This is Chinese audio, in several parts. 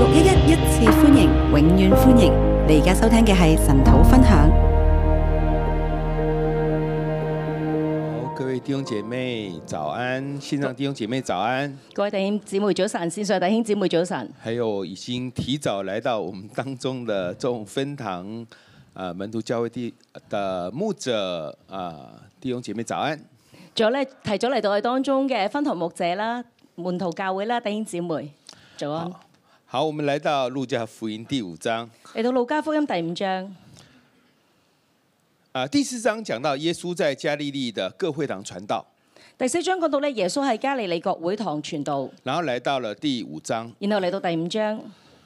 611一次歡迎，永遠歡迎！你而家收聽嘅係神土分享。 好，各位弟兄姐妹早安，線上弟兄姐妹早安， 各位弟兄姊妹早晨，線上弟兄姊妹早晨， 還有已經提早來到我們當中的眾分堂門徒教會的牧者弟兄姐妹早安。 仲有咧提早嚟到我哋當中嘅分堂牧者啦、門徒教會啦、弟兄姊妹早安。 好，我們來到路加福音第5章。 嚟到路加福音第5章。 第4章講到耶穌在加利利的各會堂傳道。 第4章講到咧，耶穌喺加利利各會堂傳道。 然後來到了第5章。 然後嚟到第5章。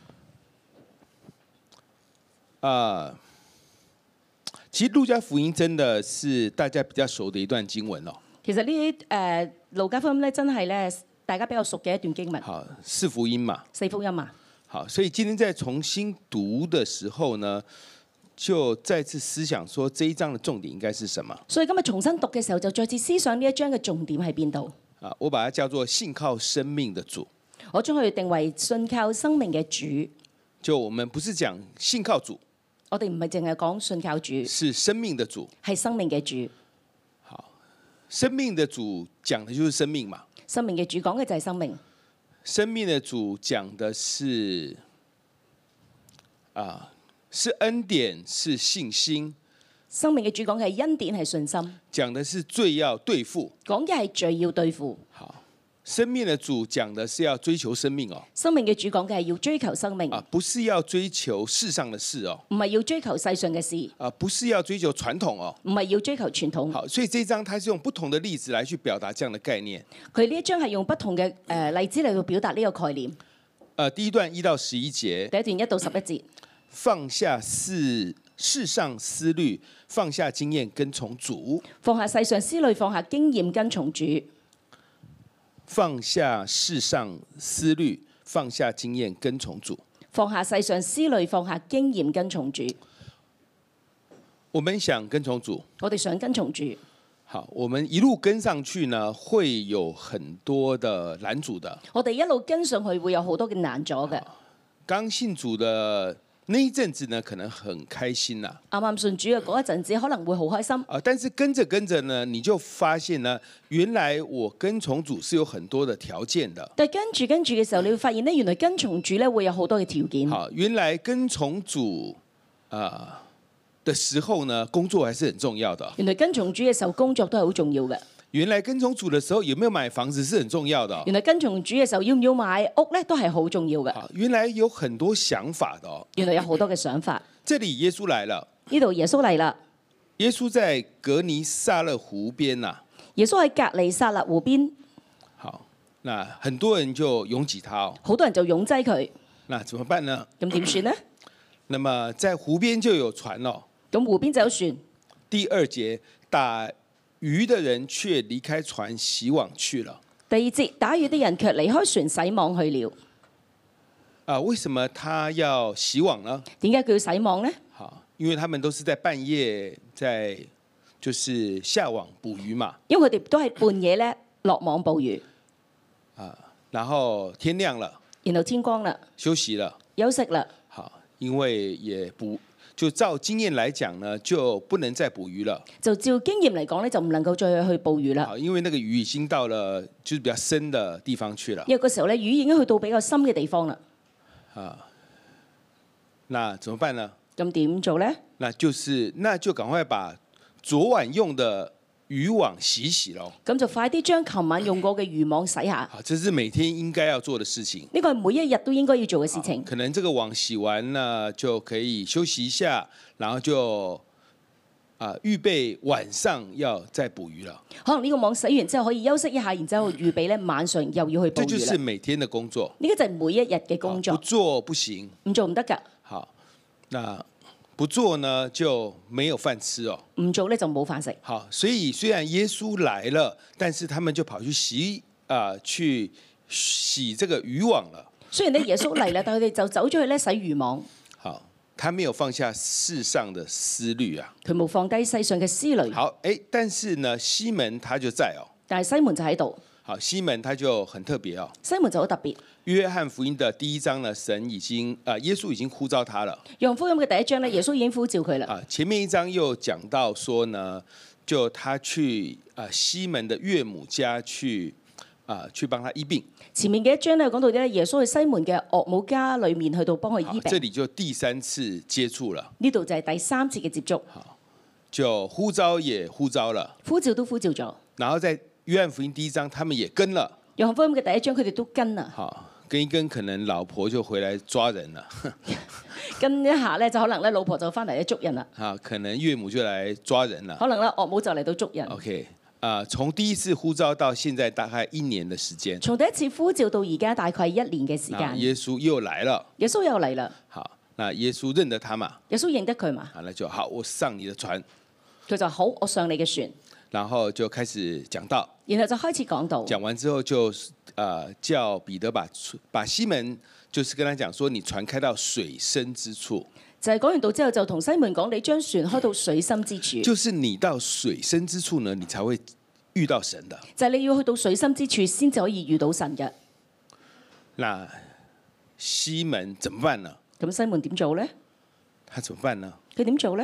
其實路加福音真的是大家比較熟的一段經文哦。 其實呢啲路加福音咧，真係咧大家比較熟嘅一段經文。 好，4福音嘛。 4福音嘛。 好，所以今天在重新讀的時候呢，就再次思想說這一章的重點應該是什麼？ 所以今日重新讀嘅時候，就再次思想呢一章嘅重點喺邊度？ 我把它叫做信靠生命的主。 我將佢定為信靠生命嘅主。 就我們不是講信靠主， 我哋唔係淨係講信靠主， 是生命的主， 係生命嘅主。 好，生命的主講的就是生命嘛。 生命嘅主講嘅就係生命。 生命的主講的是是恩典，是信心。 生命嘅主講嘅係恩典，係信心。 講的是罪要對付， 講嘅係罪要對付。 好。生命的主講的是要追求生命哦。 生命嘅主講嘅係要追求生命， 不是要追求世上的事哦。 唔係要追求世上嘅事， 不是要追求傳統哦。 唔係要追求傳統。 好，所以這一章它是用不同的例子來去表達這樣的概念。 佢呢一章係用不同嘅例子嚟到表達呢個概念。 第一段1到11節， 第一段1到11節， 放下世上思慮，放下經驗跟從主。 放下世上思慮，放下經驗跟從主。 放下世上思慮，放下經驗跟從主。 放下世上思慮，放下經驗跟從主。 我們想跟從主， 我哋想跟從主。 好，我們一路跟上去呢，會有很多的攔阻的。 我哋一路跟上去會有好多嘅難阻嘅。 剛信主的那一陣子呢，可能很開心啦。 啱啱信主嘅嗰一陣子，可能會好開心。 但是跟着跟着呢，你就發現呢，原來我跟從主是有很多的條件的。 但係跟住嘅時候，你會發現呢，原來跟從主咧會有好多嘅條件。 好，原來跟從主的時候呢，工作還是很重要的。 原來跟從主嘅時候，工作都係好重要嘅。 原來跟從主的時候，有沒有買房子是很重要的。 原來跟從主嘅時候，要唔要買屋咧，都係好重要嘅。 原來有很多想法的。 原來有好多嘅想法。 這裡耶穌來了。 呢度耶穌嚟啦。 耶穌在格尼撒勒湖邊啊。 耶穌喺格尼撒勒湖邊。 好，那很多人就擁擠他哦。 好多人就擁擠佢。 那怎麼辦呢？ 咁點算呢？ 那麼在湖邊就有船咯。 咁湖邊就有船。 第2節，打魚的人卻離開船洗網去了。 第2節，打魚的人卻離開船洗網去了。 為什麼他要洗網呢？ 點解佢要洗網呢？ 好，因為他們都是在半夜就是下網捕魚嘛。 因為佢哋都係半夜咧落網捕魚。 然後天亮了。 然後天光啦。休息啦。 好，因為也就照經驗來講呢，就不能再捕魚了。 就照經驗嚟講咧，就唔能夠再去捕魚啦。 因為那個魚已經到了就是比較深的地方去了。 因為嗰時候咧，魚已經去到比較深嘅地方啦。 那怎麼辦呢？ 咁點做呢？ 那就趕快把昨晚用的漁網洗洗咯。 咁就快啲將琴晚用過嘅漁網洗下。 好，這是每天應該要做的事情。 呢個係每一日都應該要做嘅事情。 可能這個網洗完呢，就可以休息一下，然後就預備晚上要再捕魚了。 可能呢個網洗完之後可以休息一下，然之後預備咧晚上又要去捕魚啦。 這就是每天的工作。 呢個就係每一日嘅工作。 不做不行。 唔做唔得㗎。 好，那不做呢就沒有飯吃哦。 唔做咧就冇飯食。 好，所以雖然耶穌來了，但是他們就跑去洗這個漁網了。 雖然咧耶穌嚟啦，但佢哋就走咗去咧洗漁網。 好，他沒有放下世上的思慮啊。 佢冇放低世上嘅思慮。 好，但是呢西門他就在哦。 但係西門就喺度。 好，西門他就很特別哦。 西門就好特別。 約翰福音的第一章呢，耶穌已經呼召他了。 約翰福音嘅第一章咧，耶穌已經呼召佢啦。 前面一章又講到說呢，就他去西門的岳母家去幫他醫病。 前面嘅一章咧講到咧，耶穌去西門嘅岳母家裏面去到幫佢醫病。 這裡就第三次接觸了。 呢度就係第三次嘅接觸。 就呼召也呼召了， 呼召都呼召咗。 然後在約翰福音第一章，他們也跟了。 約翰福音嘅第一章，佢哋都跟啦。 好，跟一跟，可能老婆就回來抓人了。 跟一下咧，就可能咧老婆就翻嚟咧捉人啦。 啊，可能岳母就來抓人了。 可能咧岳母就嚟到捉人。 OK，從第一次呼召到現在大概1年的時間。 從第一次呼召到而家大概1年嘅時間。 耶穌又來了。 耶穌又嚟啦。 好，那耶穌認得他嘛？ 耶穌認得佢嘛？ 好，那就好，我上你的船。 佢就好，我上你嘅船。 然後就開始講道。 然後就開始講道。 講完之後就叫彼得把西門，就是跟他講說，你船開到水深之處。 就係講完道之後，就同西門講，你將船開到水深之處。 就是你到水深之處呢，你才會遇到神的。 就係你要去到水深之處，先至可以遇到神嘅。 那西門怎麼辦呢？ 咁西門點做呢？ 他怎麼辦呢？ 佢點做呢？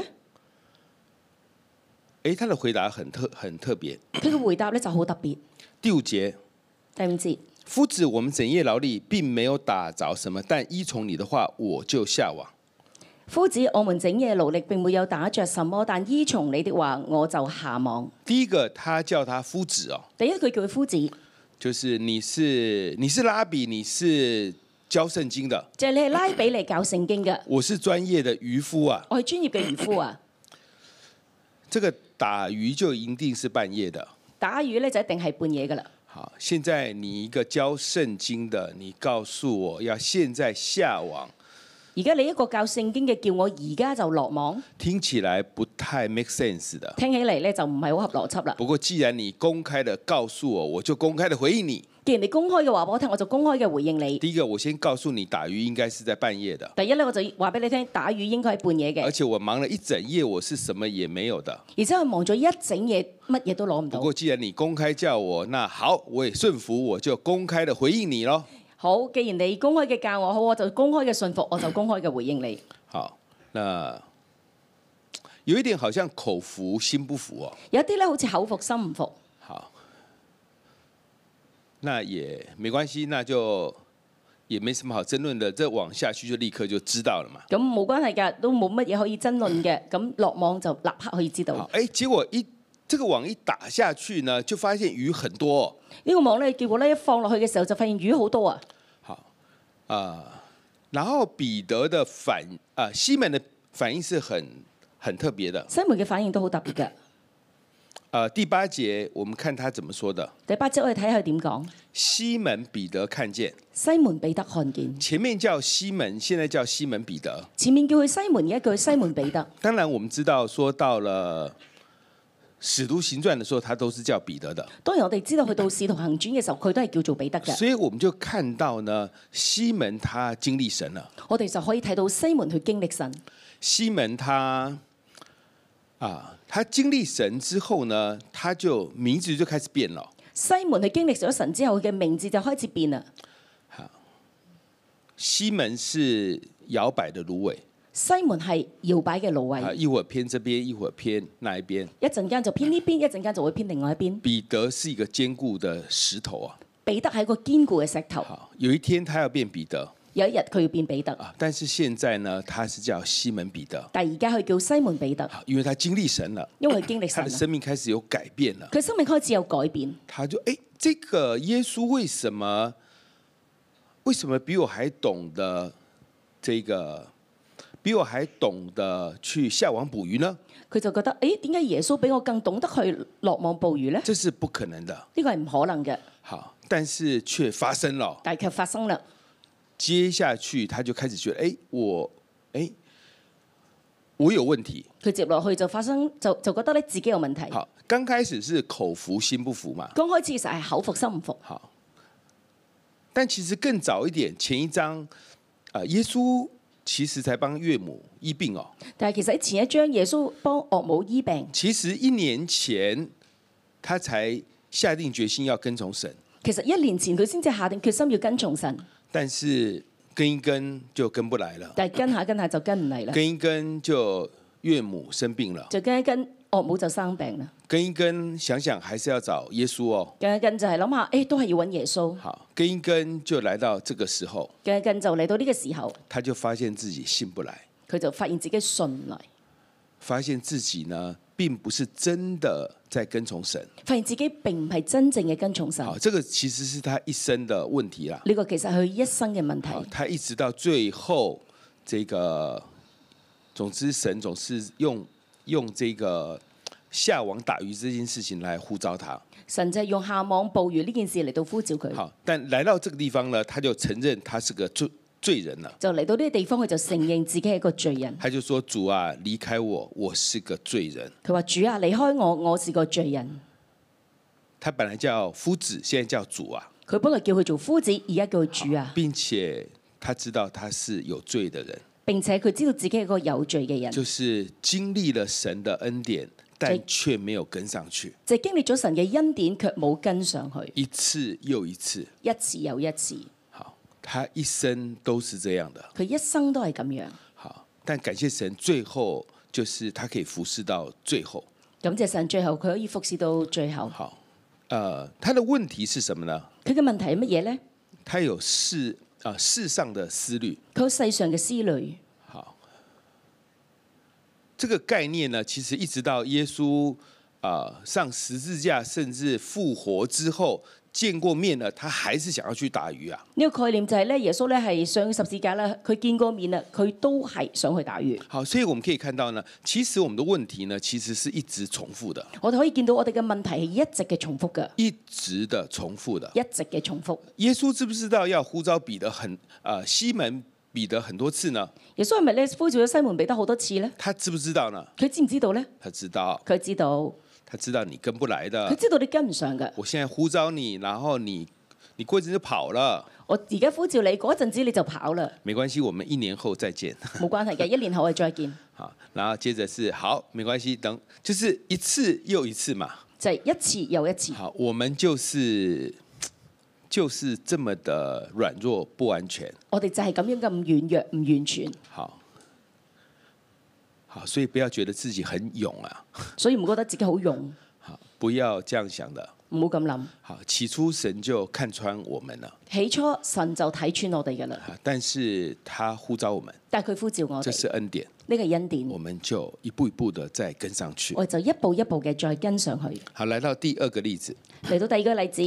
他的回答很特別。 佢嘅回答咧就好特別。 第5節， 第5節， 夫子，我們整夜勞力，並沒有打着什麼，但依從你的話，我就下網。 夫子，我們整夜勞力，並沒有打着什麼，但依從你的話，我就下網。 第一個，他叫他夫子哦。 第一句叫佢夫子， 就是你是拉比，你是教聖經的。 就係你係拉比嚟教聖經嘅。 我是專業的漁夫啊。 我係專業嘅漁夫啊。 這個打魚就一定是半夜的。 打魚咧就一定係半夜噶啦。 好，現在你一個教聖經的，你告訴我要現在下網。 而家你一個教聖經嘅，叫我而家就落網， 聽起來不太 make sense 的。 聽起嚟咧就唔係好合邏輯啦。 不過既然你公開的告訴我，我就公開的回應你。 既然你公開嘅話俾我聽，我就公開嘅回應你。 第一個，我先告訴你，打魚應該是在半夜的。 第一咧，我就話俾你聽，打魚應該係半夜嘅。 而且我忙了一整夜，我是什麼也沒有的。 而且我忙咗一整夜，乜嘢都攞唔到。 不過既然你公開叫我，那好，我也順服，我就公開的回應你咯。 好，既然你公開嘅教我，好，我就公開嘅順服，我就公開嘅回應你。 好，那有一點好像口服心不服哦。 有一啲咧好似口服心唔服。 好，那也沒關係，那就也沒什麼好爭論的。這往下去就立刻就知道了嘛。 咁冇關係㗎，都冇乜嘢可以爭論嘅。咁落網就立刻可以知道。 好，結果這個網一打下去呢，就發現魚很多哦。 呢個網咧，結果咧一放落去嘅時候，就發現魚好多啊。 好，然後彼得的西門的反應是很特別的。 西門嘅反應都好特別嘅。 第8節，我們看他怎麼說的。 第8節我哋睇下佢點講。 西門彼得看見。 西門彼得看見。 前面叫西門，現在叫西門彼得。 前面叫佢西門，而家叫佢西門彼得。 當然，我們知道說到了使徒行傳的時候，他都是叫彼得的。 當然我哋知道去到使徒行傳嘅時候，佢都係叫做彼得嘅。 所以我們就看到呢，西門他經歷神了。 我哋就可以睇到西門去經歷神。 西門他經歷神之後呢，他就名字就開始變了。 西門去經歷咗神之後，佢嘅名字就開始變啦。 西門是搖擺的蘆葦。 西門係搖擺嘅蘆葦。 一會兒偏這邊，一會兒偏那一邊。 一陣間就偏呢邊，一陣間就會偏另外一邊。 彼得是一個堅固的石頭啊。 彼得係一個堅固嘅石頭。 有一天他要變彼得。 有一日佢要變彼得。 但是現在呢，他是叫西門彼得。 但而家佢叫西門彼得。 因為他經歷神了。 因為佢經歷神。 他的生命開始有改變了。 佢生命開始有改變。 他就這個耶穌為什麼比我還懂得比我還懂得去下網捕魚呢？ 佢就覺得，點解耶穌比我更懂得去落網捕魚呢？ 這是不可能的。 呢個係唔可能嘅。 好，但是卻發生了。 但係卻發生啦。 接下去他就開始覺得，我有問題。 佢接落去就發生，就覺得咧自己有問題。 好，剛開始是口服心不服嘛。 剛開始其實係口服心唔服。 好，但其實更早一點，前一章，耶穌其實才幫岳母醫病哦。 但係其實喺前一章，耶穌幫岳母醫病。 其實1年前，他才下定決心要跟從神。 其實1年前佢先至下定決心要跟從神， 但是跟一跟就跟不來了， 但係跟下就跟唔嚟啦， 跟一跟就岳母生病了， 就跟一跟岳母就生病啦， 跟一跟想想還是要找耶穌哦。 跟一跟就係諗下，都係要揾耶穌， 好，跟一跟就來到這個時候， 跟一跟就嚟到呢個時候， 他就發現自己信不來， 佢就發現自己信唔嚟， 發現自己呢並不是真的在跟從神。 發現自己並唔係真正嘅跟從神。 好，這個其實是他一生的問題啦。 呢個其實係佢一生嘅問好， 題。 他一直到最後，這個總之神總是用這個下網打魚這件事情來呼召他。 神就係用下網捕魚呢件事嚟到呼召佢。 好，但來到這個地方呢，他就承認他是個罪人了。 就嚟到呢個地方，佢就承認自己係一個罪人。 他就說：主啊，離開我，我是個罪人。 佢話：主啊，離開我，我是個罪人。 他本來叫夫子，現在叫主啊。 佢本來叫佢做夫子，而家叫佢主啊。 並且他知道他是有罪的人。 並且佢知道自己係一個有罪嘅人。 就是經歷了神的恩典，但卻沒有跟上去。 就係經歷咗神嘅恩典，卻冇跟上去。 一次又一次， 一次又一次。 好，他一生都是這樣的。 佢一生都係咁樣。 好，但感謝神，最後就是他可以服侍到最後。 感謝神，最後佢可以服侍到最後。 好，他的問題是什麼呢？ 佢嘅問題係乜嘢呢？ 他有世上的思慮， 佢有世上嘅思慮。 好，這個概念呢，其實一直到耶穌上十字架，甚至復活之後，見過面了，他還是想要去打魚啊。 呢個概念就係咧，耶穌咧係上十字架啦，佢見過面啦，佢都係想去打魚。 好，所以我們可以看到呢，其實我們的問題呢，其實是一直重複的。 我哋可以見到我哋嘅問題係一直嘅重複嘅， 一直的重複的， 一直嘅重複。 耶穌知不知道要呼召西門彼得很多次呢？ 耶穌係咪咧呼召咗西門彼得好多次呢？ 他知不知道呢？ 佢知唔知道呢？ 他知道， 佢知道， 他知道你跟不來的。 佢知道你跟唔上嘅。 我現在呼召你，然後你過一陣就跑了。 我而家呼召你，嗰陣子你就跑啦。 沒關係，我們1年後再見。 冇關係嘅1年後我哋再見。 好，然後接着是好，沒關係，等就是一次又一次嘛。 就係一次又一次。 好，我們就是這麼的軟弱不完全。 我哋就係咁樣咁軟弱唔完全。 好，所以不要覺得自己很勇啊。 所以唔覺得自己好勇。 好，不要這樣想的。 唔好咁諗。 好，起初神就看穿我們了。 起初神就睇穿我哋噶啦。 但是他呼召我們。 但係佢呼召我哋。 這是恩典。 呢個係恩典。 我們就一步一步的再跟上去。 我就一步一步嘅再跟上去。 好，來到第二個例子。 嚟到第二個例子。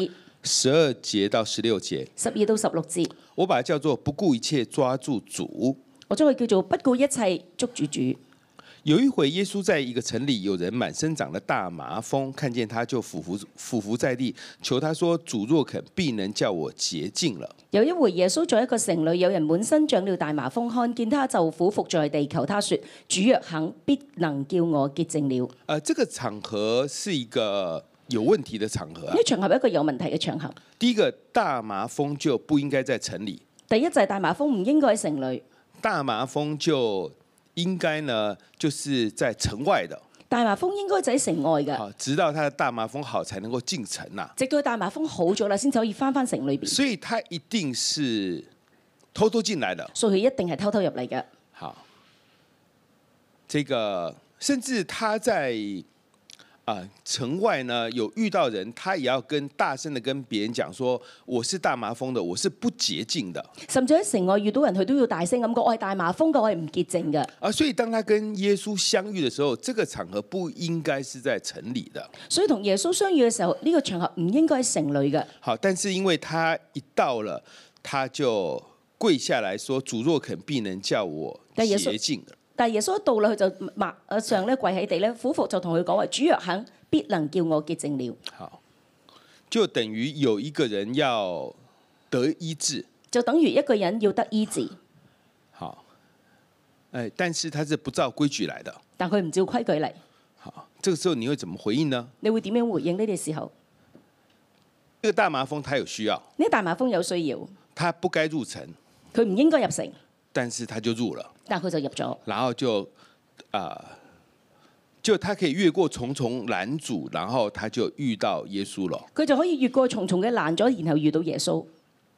12節到16節。 12到16節。 我把它叫做不顧一切抓住主。 我將佢叫做不顧一切捉住主。 有一回，耶穌在一個城裡，有人滿身長了大麻風，看見他就俯伏在地，求他說：主若肯，必能叫我潔淨了。 有一回，耶穌在一個城裡，有人滿身長了大麻風，看見他就俯伏在地，求他說：主若肯，必能叫我潔淨了。 這個場合是一個有問題的場合啊。 呢場合係一個有問題嘅場合。 第一個，大麻風就不應該在城裡。 第一就係大麻風唔應該喺城裡。 大麻風就應該呢，就是在城外的。 大麻風應該就喺城外嘅。 好，直到他的大麻風好，才能夠進城啊。 直到大麻風好咗啦，先至可以翻城裏邊。 所以他一定是偷偷進來的。 所以佢一定係偷偷入嚟嘅。 好，這個甚至他在城外呢，有遇到人，他也要大聲的跟別人講說，我是大麻風的，我是不潔淨的。 甚至喺城外遇到人，佢都要大聲咁講，我係大麻風嘅，我係唔潔淨嘅。 所以當他跟耶穌相遇的時候，這個場合不應該是在城裏的。 所以同耶穌相遇嘅時候，呢個場合唔應該喺城裏嘅。 好，但是因為他一到了，他就跪下來說：主若肯，必能叫我潔淨。 但係耶穌一到啦，佢就上咧跪喺地咧，俯伏就同佢講話：主若肯，必能叫我潔淨了。 好，就等於有一個人要得醫治， 就等於一個人要得醫治。 好，但是他是不照規矩來的。 但佢唔照規矩嚟。 好，這個時候你會怎麼回應呢？ 你會點樣回應呢啲時候？ 呢個大麻風他有需要， 呢大麻風有需要， 他不該入城， 佢唔應該入城， 但是他就入了， 但佢就入咗， 然後就就他可以越過重重攔阻，然後他就遇到耶穌了。 佢就可以越過重重嘅攔阻，然後遇到耶穌。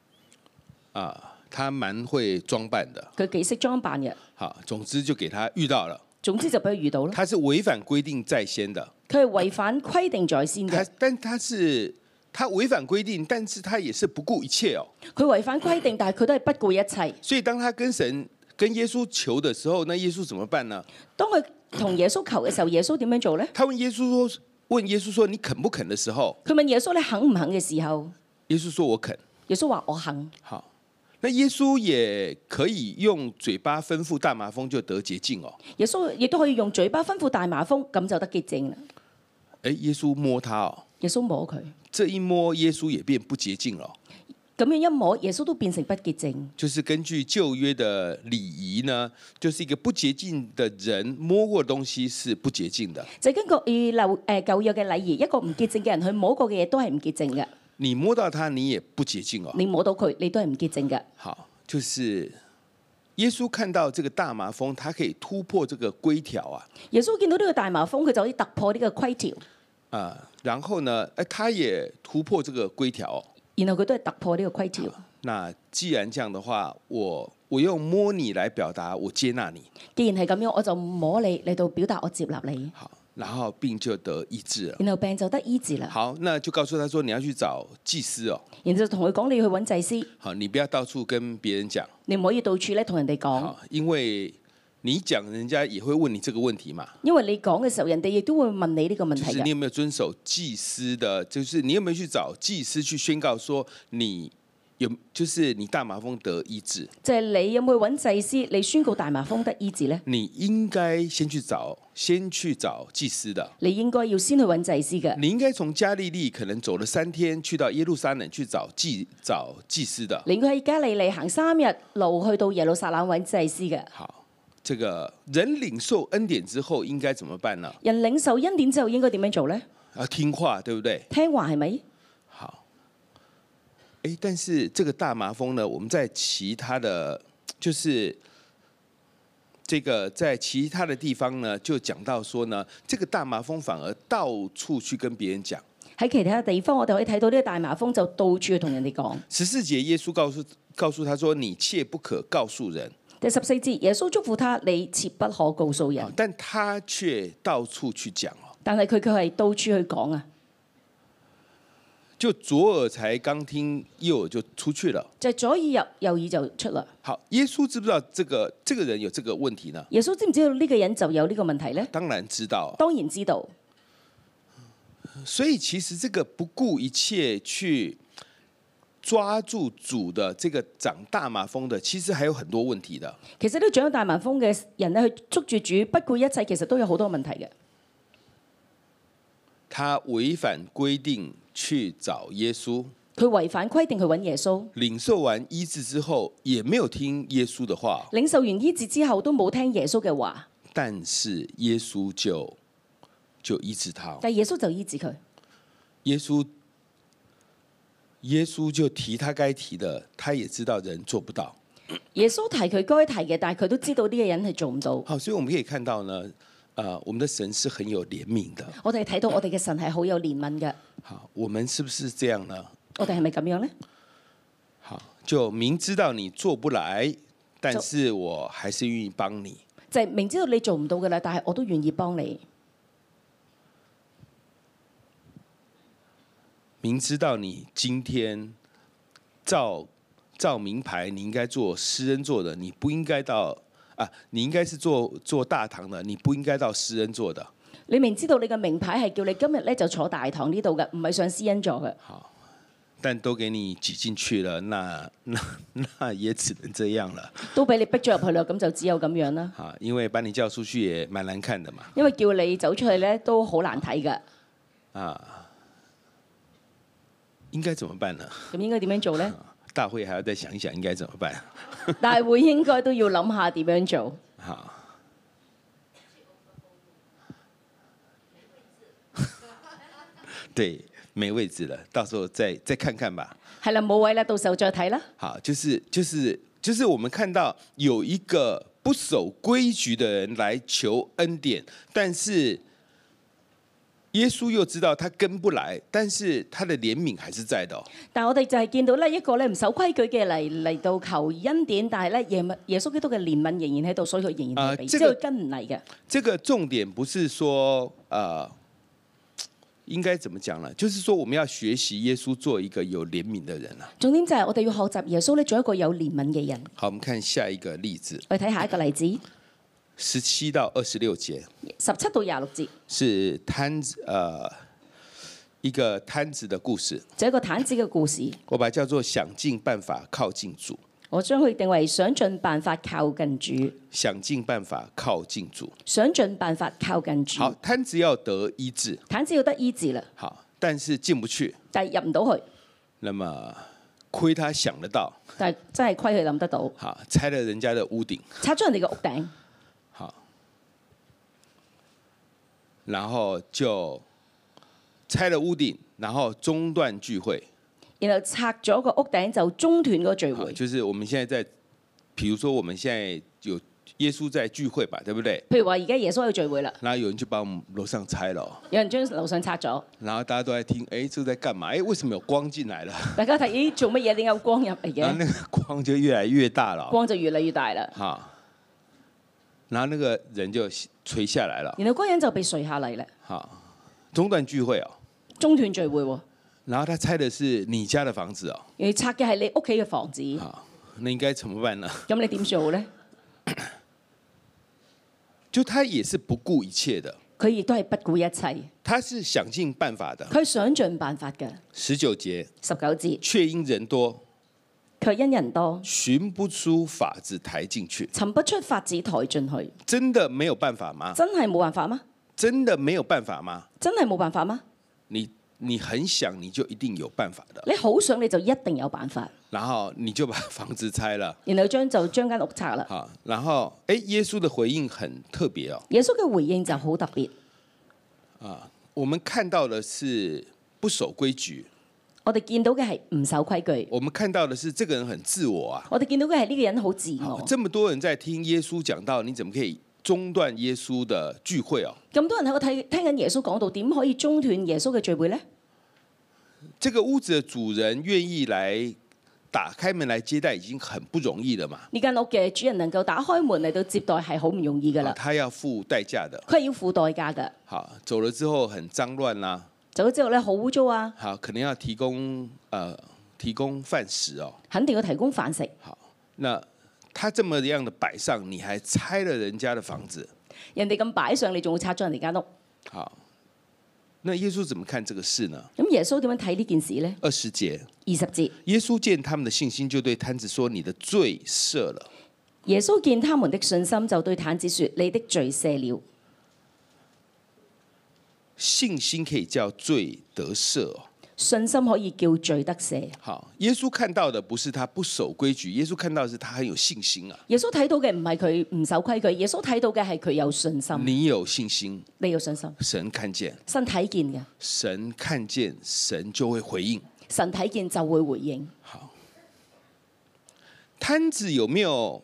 他蠻會裝扮的， 佢幾識裝扮嘅。 好，總之就給他遇到了。 總之就俾佢遇到咯。 他是違反規定在先的， 佢係違反規定在先嘅。 但他違反規定，但是他也是不顧一切哦。 佢違反規定，但係佢都係不顧一切。 所以當他跟耶穌求的時候，那耶穌怎麼辦呢？ 當佢同耶穌求嘅時候，耶穌點樣做呢？ 他問耶穌說：你肯不肯的時候， 佢問耶穌你肯唔肯嘅時候， 耶穌說我肯。 耶穌話我肯。 好。那耶穌也可以用嘴巴吩咐大麻風就得潔淨哦。 耶穌亦都可以用嘴巴吩咐大麻風，咁就得潔淨啦。 耶穌摸他哦， 耶穌摸佢， 這一摸耶穌也變不潔淨了。 咁樣一摸，耶穌都變成不潔淨。 就是根據舊約的禮儀呢，就是一個不潔淨的人摸過的東西是不潔淨的。 就根據舊約嘅禮儀，一個唔潔淨嘅人去摸過嘅嘢都係唔潔淨嘅。 你摸到他，你也不潔淨哦。 你摸到佢，你都係唔潔淨嘅。 好，就是耶穌看到這個大麻風，他可以突破這個規條啊。 耶穌見到呢個大麻風，佢就可以突破呢個規條。 然後呢，他也突破這個規條哦。 然後佢都係突破呢個規條。 那既然這樣的話，我用摸你來表達我接納你。 既然係咁樣，我就摸你嚟到表達我接納你。 好。然後病就得醫治了， 然後病就得醫治啦。 好，那就告訴他說你要去找祭司哦。 然後就同佢講你要去揾祭司。 好，你不要到處跟別人講。 你唔可以到處咧同人哋講。 因為你講，人家也會問你這個問題嘛。因為你講嘅時候，人哋亦都會問你呢個問題嘅。 就是你有沒有遵守祭司的？就是你有沒有去找祭司去宣告說你就是你大麻風得醫治？ 就係你有冇去揾祭司，你宣告大麻風得醫治呢？ 你應該先去找祭司的。 你應該要先去揾祭司嘅。 你應該從加利利可能走了3天，去到耶路撒冷去找祭司的。 你應該喺加利利行3日路去到耶路撒冷揾祭司嘅。 好，這個人領受恩典之後應該怎麼辦呢？ 人領受恩典之後應該點樣做呢？ 聽話，對不對？ 聽話係咪？ 好。但是這個大麻風呢，我們在其他的，就是這個在其他的地方呢，就講到說呢，這個大麻風反而到處去跟別人講。 喺其他地方，我哋可以睇到呢個大麻風就到處去同人哋講。 14節，耶穌告訴他說：你切不可告訴人。 第14節，耶穌囑咐他：你切不可告訴人。 但他卻到處去講哦。 但係佢卻係到處去講啊。 就左耳才剛聽，右耳就出去了。 就左耳入，右耳就出啦。 好，耶穌知不知道這個人有這個問題呢？ 耶穌知唔知道呢個人就有呢個問題呢？ 當然知道。 當然知道。 所以其實這個不顧一切去抓住主的這個長大麻風的，其實還有很多問題的。 其實呢個長大麻風嘅人咧，去捉住主不顧一切，其實都有好多問題嘅。 他違反規定去找耶穌， 佢違反規定去揾耶穌， 領受完醫治之後，也沒有聽耶穌的話。 領受完醫治之後都冇聽耶穌嘅話， 但是耶穌就醫治他。 但耶穌就醫治佢。 耶穌就提他該提的，他也知道人做不到。 耶穌提佢該提嘅，但係佢都知道呢個人係做唔到。 好，所以我們可以看到呢。我們的神是很有憐憫的。 我哋睇到我哋嘅神係好有憐憫嘅。 好，我們是不是這樣呢？ 我哋係咪咁樣呢？ 好，就明知道你做不來，但是我還是願意幫你。 就係明知道你做唔到嘅啦，但係我都願意幫你。 明知道你今天照名牌，你應該做施恩座的，你不應該到。你應該是做大堂的，你不應該到施恩座的。 你明知道你嘅名牌係叫你今日咧就坐大堂呢度嘅，唔係上施恩座嘅。 好，但都給你擠進去了，那也只能這樣了。 都俾你逼咗入去啦，咁就只有咁樣啦。 好，因為把你叫出去也蠻難看的嘛。 因為叫你走出去咧都好難睇㗎。 應該怎麼辦呢？ 咁應該點樣做呢？ 大會還要再想一想應該怎麼辦。 大會應該都要諗下點樣做。 好，對，沒位置了，到時候再看看吧。 係啦，冇位啦，到時候再睇啦。 好，就是我們看到有一個不守規矩的人來求恩典，但是耶穌又知道他跟不來，但是他的憐憫還是在的、哦。 但我哋就係見到咧一個咧唔守規矩嘅嚟到求恩典，但係咧耶穌基督嘅憐憫仍然喺度，所以佢仍然係俾，即係佢跟唔嚟嘅。 這個重點不是說應該怎麼講呢？就是說我們要學習耶穌做一個有憐憫的人啊。 重點就係我哋要學習耶穌咧做一個有憐憫嘅人。 好，我們看下一個例子。 我哋睇下一個例子 17到26節 ，17到26節是攤子一個攤子的故事， 就一個攤子嘅故事。 我把它叫做想盡辦法靠近主。 我將佢定為想盡辦法靠近主。 想盡辦法靠近主。 想盡辦法靠近主。 好，攤子要得醫治。 攤子要得醫治啦。 好，但是進不去。 但係入唔到去。 那麼虧他想得到。 但係真係虧佢諗得到。 好，拆了人家的屋頂。 拆咗人哋嘅屋頂。 好，然後就拆了屋頂，然後中斷聚會。 然後拆咗個屋頂就中斷個聚會。 就是我們現在在，譬如說我們現在有耶穌在聚會吧，對不對？ 譬如話而家耶穌去聚會啦， 然後有人就把我們樓上拆了。 有人將樓上拆咗。 然後大家都在聽，誒，這個在幹嘛？誒，為什麼有光進來了？ 大家睇，咦，做乜嘢？點解有光入嚟嘅？ 然後那個光就越來越大了。 光就越嚟越大啦。 好，然後那個人就垂下來了。 然後嗰人就被垂下嚟啦。 好，中斷聚會哦。 中斷聚會喎。 然後他拆的是你家的房子哦。 而拆嘅係你屋企嘅房子。 好，那應該怎麼辦呢？ 咁你點做呢？ 就他也是不顧一切的。 佢亦都係不顧一切。 他是想盡辦法的。 佢想盡辦法嘅。 19節。 19節。 卻因人多。 卻因人多。 尋不出法子抬進去。 尋不出法子抬進去。 真的沒有辦法嗎？ 真係冇辦法嗎？ 真的沒有辦法嗎？ 真係冇辦法嗎？ 你很想，你就一定有辦法的。 你好想，你就一定有辦法。 然後你就把房子拆了。 然後將間屋拆啦。 好，然後耶穌的回應很特別哦。 耶穌嘅回應就好特別。 我們看到的是不守規矩。 我哋見到嘅係唔守規矩。 我們看到的是這個人很自我啊。 我哋見到嘅係呢個人好自我。 這麼多人在聽耶穌講道，你怎麼可以中斷耶穌的聚會哦？ 咁多人喺度聽緊耶穌講道，點可以中斷耶穌嘅聚會呢？ 這個屋子的主人願意來打開門來接待，已經很不容易了嘛。 呢間屋嘅主人能夠打開門嚟到接待係好唔容易噶啦。 他要付代價的。 佢係要付代價噶。 好，走了之後很髒亂啦。 走咗之後咧，好污糟啊。 好，可能要提供飯食哦。 肯定要提供飯食。 好，那他這麼樣的擺上，你還拆了人家的房子？ 人哋咁擺上，你仲會拆咗人哋間屋？ 好。那耶穌怎麼看這個事呢？ 咁耶穌點樣睇呢件事呢 ？20節。 20節。 耶穌見他們的信心，就對攤子說：你的罪赦了。 耶穌見他們的信心，就對攤子說：你的罪赦了。 信心可以叫罪得赦哦。 信心可以叫罪得赦。 好，耶穌看到的不是他不守規矩，耶穌看到的是他很有信心啊。 耶穌睇到嘅唔係佢唔守規矩，耶穌睇到嘅係佢有信心。 你有信心， 你有信心， 神看見， 神睇見嘅， 神看見，神就會回應， 神睇見就會回應。 好，攤子有沒有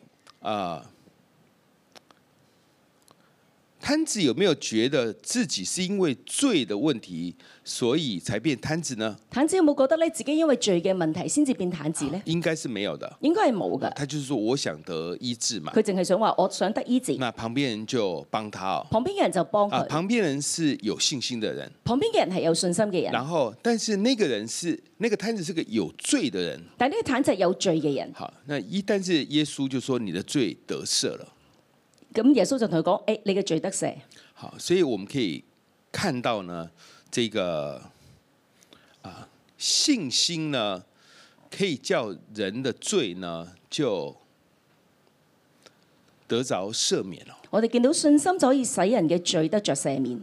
攤子有沒有覺得自己是因為罪的問題，所以才變攤子呢？ 攤子有冇覺得咧自己因為罪嘅問題先至變攤子呢？ 應該是沒有的， 應該係冇㗎。 他就是說我想得醫治嘛。 佢淨係想話我想得醫治。 那旁邊人就幫他哦。 旁邊嘅人就幫佢。 旁邊人是有信心的人。 旁邊嘅人係有信心嘅人。 然後，但是那個人是那個攤子是個有罪的人。 但係呢個攤子係有罪嘅人。 好，但是耶穌就說你的罪得赦了。 咁耶穌就同佢講：誒，你嘅罪得赦。 好，所以我們可以看到呢，這個信心呢，可以叫人的罪呢就得着赦免了。 我哋見到信心就可以使人嘅罪得着赦免。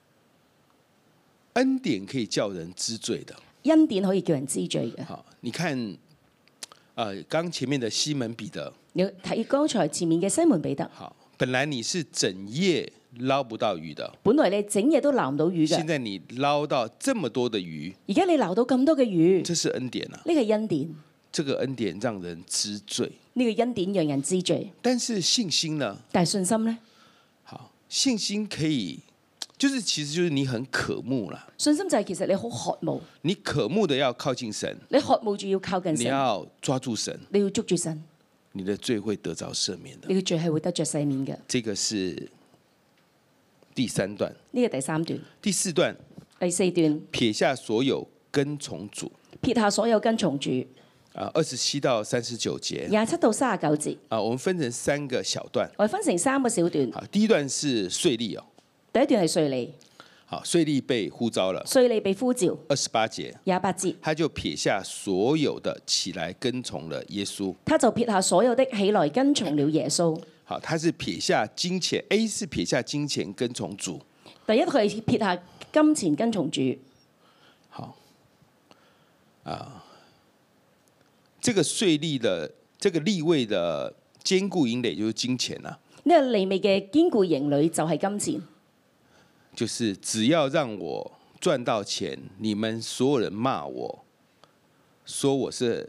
恩典可以叫人知罪的。 恩典可以叫人知罪嘅。 好，你看，剛前面的西門彼得， 你睇剛才前面嘅西門彼得。 好，本來你是整夜撈不到魚的， 本來你整夜都撈唔到魚嘅， 現在你撈到這麼多的魚， 而家你撈到咁多嘅魚， 這是恩典啊！ 呢個恩典， 這個恩典讓人知罪， 呢個恩典讓人知罪。 但是信心呢？ 但係信心呢？ 好，信心可以就是其實就是你很渴慕啦， 信心就係其實你好渴慕， 你渴慕的要靠近神， 你渴慕住要靠近你神， 要抓住神， 你要捉住神， 你的罪會得着赦免的。 你嘅罪係會得着赦免嘅。 這個是第3段， 呢個第3段， 第4段第4段撇下所有跟從主撇下所有跟從主。 27到39節 27到39節， 我們分成3個小段。 我哋分成3個小段。 好，第一段是稅吏哦， 第一段係稅吏， 好，稅吏被呼召了， 稅吏被呼召。 28節， 28節， 他就撇下所有的起來跟從了耶穌。 他就撇下所有的起來跟從了耶穌。 好，他是撇下金錢 ，A 是撇下金錢跟從主。 第一佢係撇下金錢跟從主。 好，這個稅吏的這個利未的堅固營壘就是金錢啦， 呢個利未嘅堅固營壘就係金錢， 就是只要讓我賺到錢，你們所有人罵我，說我是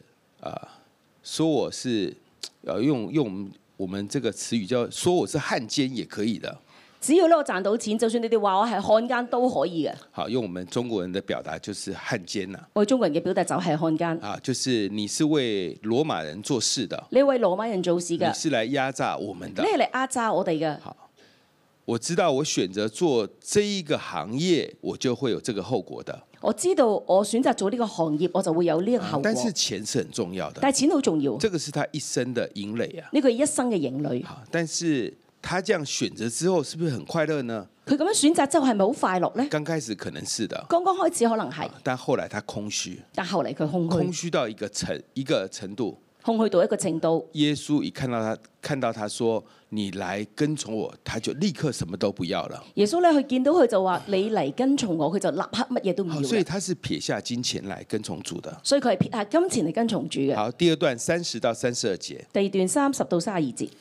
用我們這個詞語叫說我是漢奸也可以的。 只要咧我賺到錢，就算你哋話我係漢奸都可以嘅。 好，用我們中國人的表達就是漢奸啦。 我哋中國人嘅表達就係漢奸。 就是你是為羅馬人做事的， 你為羅馬人做事嘅， 你是來壓榨我們的。 你係嚟壓榨我哋嘅。 我知道我選擇做這一個行業，我就會有這個後果的。 我知道我選擇做呢個行業，我就會有呢個後果。 但是錢是很重要的， 但係錢好重要。 這個是他一生的營壘啊。 呢個係一生嘅營壘。 好，但是他這樣選擇之後，是不是很快樂呢？ 佢咁樣選擇之後係咪好快樂呢？ 剛開始可能是的， 剛剛開始可能係， 但後來他空虛， 但後嚟佢空虛， 空虛到一個程度。 空虛到一個程度。 耶穌一看到他說你來跟從我，他就立刻什麼都不要了。 耶穌咧，佢見到佢就話你嚟跟從我，佢就立刻乜嘢都唔要。 所以他是撇下金錢來跟從主的。 所以佢係撇下金錢嚟跟從主嘅。 好，第二段30到32節。 第二段30到32節。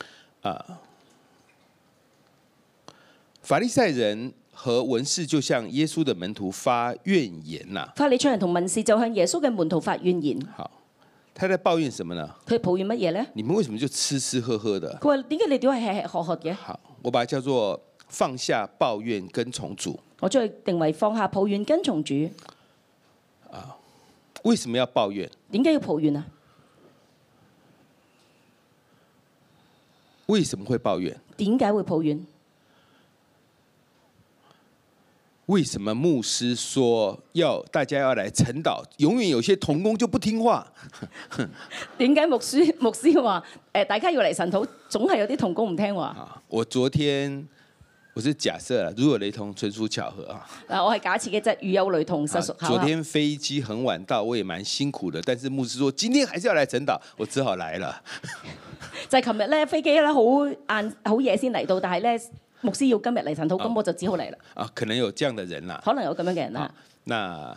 法利賽人和文士就向耶穌的門徒發怨言啦。 法利賽人同文士就向耶穌嘅門徒發怨言。 好，他在抱怨什麼呢？ 佢抱怨乜嘢呢？ 你們為什麼就吃吃喝喝的？ 佢話點解你哋係吃吃喝喝嘅？ 好，我把它叫做放下抱怨跟從主。 我將佢定為放下抱怨跟從主。 為什麼要抱怨？ 點解要抱怨啊？ 為什麼會抱怨？ 點解會抱怨？ 為什麼牧師說大家要來晨禱，永遠有些同工就不聽話？ 點解牧師話大家要嚟晨禱，總係有啲同工唔聽話？ 我昨天我是假設啦，如有雷同，純屬巧合啊。 我係假設嘅啫，如有雷同，實屬巧合。 昨天飛機很晚到，我也蠻辛苦的，但是牧師說今天還是要來晨禱，我只好來了。 就係琴日咧飛機咧好夜先嚟到，但係咧牧師要今日嚟晨禱，咁我就只好嚟啦。 可能有這樣的人啦， 可能有咁樣嘅人啦。 那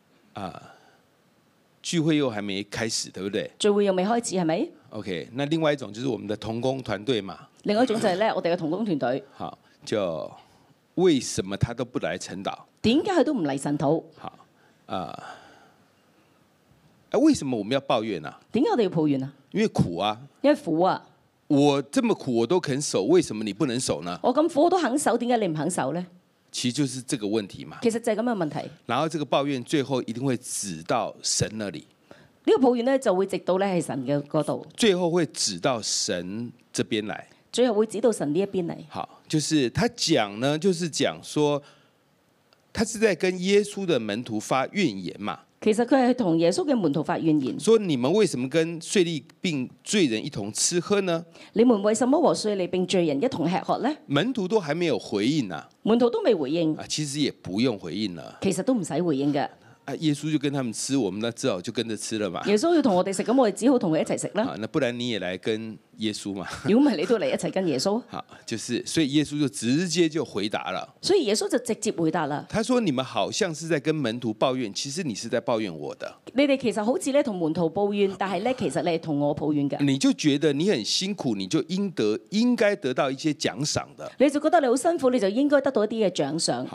聚會又還沒開始，對不對？ 聚會又未開始係咪 ？OK，那另外一種就是我們的同工團隊嘛。 另外一種就係咧，我哋嘅同工團隊。 好，就為什麼他都不來晨禱？ 點解佢都唔嚟晨禱？ 好為什麼我們要抱怨啊？ 點解我哋要抱怨啊？ 因為苦啊， 因為苦啊。 我這麼苦我都肯守，為什麼你不能守呢？ 我咁苦我都肯守，點解你唔肯守呢？ 其實就是這個問題嘛。 其實就係咁嘅問題。 然後這個抱怨最後一定會指到神那裡。 呢個抱怨咧就會直到咧係神嘅嗰度。 最後會指到神這邊來。 最後會指到神呢一邊嚟。 好，就是他講呢，就是講說，他是在跟耶穌的門徒發怨言嘛。 其實佢係同耶穌嘅門徒發怨言， 說你們為什麼跟稅吏並罪人一同吃喝呢？ 你們為什麼和稅吏並罪人一同吃喝呢？ 門徒都還沒有回應啊， 門徒都未回應， 其實也不用回應了。 其實都唔使回應嘅。 耶穌就跟他們吃，我們呢只好就跟着吃了嘛。 耶穌要同我哋食，咁我哋只好同佢一齊食啦。 那不然你也來跟耶穌嘛？ 如果唔係，你都嚟一齊跟耶穌。 好，就是所以耶穌就直接就回答了。 所以耶穌就直接回答啦。 他說：你們好像是在跟門徒抱怨，其實你是在抱怨我的。 你哋其實好似咧同門徒抱怨，但係咧其實你係同我抱怨嘅。 你就覺得你很辛苦，你就應該得到一些獎賞的。 你就覺得你好辛苦，你就應該得到一啲嘅獎賞。 好。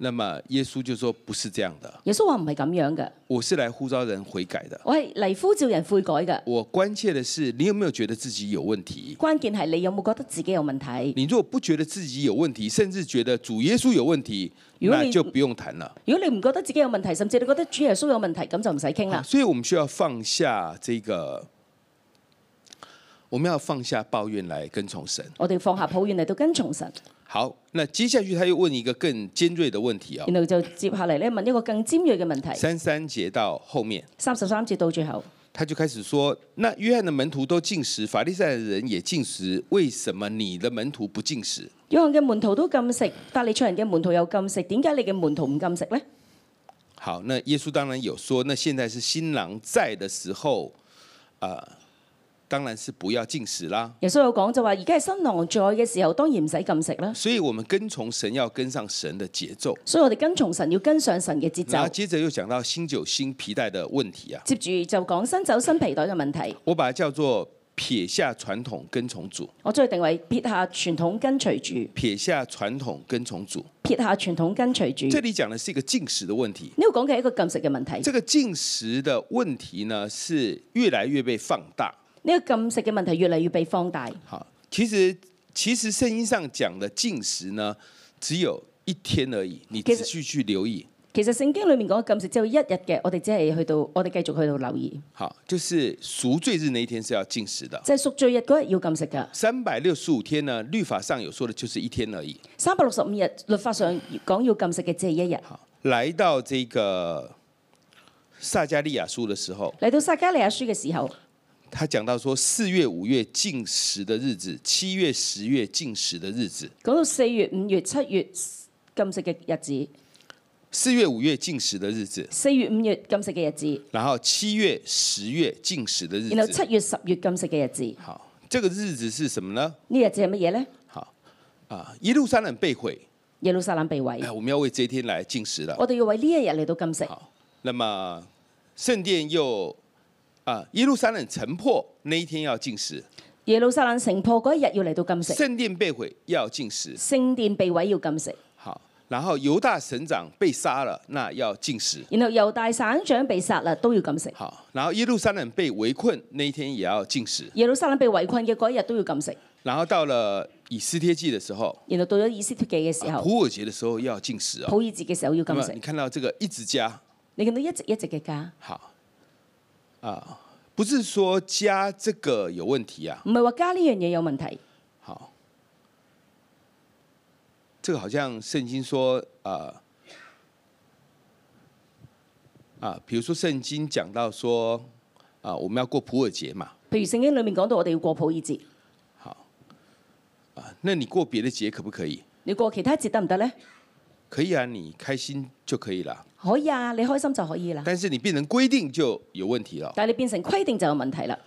那麼耶穌就說不是這樣的， 耶穌話唔係咁樣嘅， 我是來呼召人悔改的。 我係嚟呼召人悔改嘅。 我關切的是你有沒有覺得自己有問題？ 關鍵係你有冇覺得自己有問題？ 你如果不覺得自己有問題，甚至覺得主耶穌有問題，那就不用談了。 如果你唔覺得自己有問題，甚至你覺得主耶穌有問題，咁就唔使傾啦。 所以我們需要放下這個，我們要放下抱怨來跟從神。 我哋放下抱怨嚟到跟從神。 好，那接下去他又問一個更尖銳的問題啊。 然後就接下嚟咧問一個更尖銳嘅問題。 33節到後面 33節到最後， 他就開始說：那約翰的門徒都禁食，法利賽人也禁食，為什麼你的門徒不禁食？ 約翰嘅門徒都禁食，法利賽人嘅門徒有禁食，點解你嘅門徒唔禁食呢？ 好，那耶穌當然有說，那現在是新郎在的時候，當然是不要禁食啦。 耶穌有講就話，而家係新郎在嘅時候，當然唔使禁食啦。 所以我們跟從神要跟上神的節奏。 所以我哋跟從神要跟上神嘅節奏。 然後接着又講到新酒新皮帶的問題啊。 接住就講新酒新皮袋嘅問題。 我把它叫做撇下傳統跟從主。 我將佢定為撇下傳統跟隨主。 撇下傳統跟從主。 撇下傳統跟隨主。 這裡講的是一個禁食的問題。 呢個講嘅係一個禁食嘅問題。 這個禁食的問題呢，是越來越被放大。 呢個禁食嘅問題越嚟越被放大。 好，其實聖經上講的禁食呢，只有一天而已，你仔細去留意。 其實聖經裡面講嘅禁食只有一日嘅，我哋只係我哋繼續去到留意。 好，就是贖罪日那一天是要禁食的。 即係贖罪日嗰日要禁食㗎。 365天呢，律法上有說的就是一天而已。 365日律法上講要禁食嘅只係一日。 好，來到這個撒迦利亞書的時候， 嚟到撒迦利亞書嘅時候。 他講到說4月5月禁食的日子，7月10月禁食的日子。 講到4月5月7月禁食嘅日子。 4月5月禁食的日子。 4月5月禁食嘅日子。 然後7月10月禁食的日子。 然後7月10月禁食嘅日子。 好，這個日子是什麼呢？ 呢日子係乜嘢呢？ 好，耶路撒冷被毀。 耶路撒冷被毀。 我們要為這一天來禁食了。 我哋要為呢一日嚟到禁食。 好，那麼聖殿又。耶路撒冷城破那一天要禁食， 耶路撒冷城破嗰一日要嚟到禁食。 聖殿被毀要禁食， 聖殿被毀要禁食。 好，然後猶大省長被殺了，那要禁食。 然後猶大省長被殺啦，都要禁食。 好，然後耶路撒冷被圍困那一天也要禁食。 耶路撒冷被圍困嘅嗰一日都要禁食。 然後到了以斯帖記的時候， 然後到咗以斯帖記嘅時候， 普珥節的時候要禁食啊。 普珥節嘅時候要禁食。 你看到這個一直加， 你見到一直一直嘅加。 好。不是說加這個有問題啊， 唔係話加呢樣嘢有問題。 好，這個好像聖經說，比如說聖經講到說，我們要過普珥節嘛。 譬如聖經裡面講到我哋要過普珥節。 好，那你過別的節可不可以？ 你過其他節得唔得呢？ 可以啊，你開心就可以了。 可以啊，你開心就可以啦。 但是你變成規定就有問題了。 但係你變成規定就有問題啦。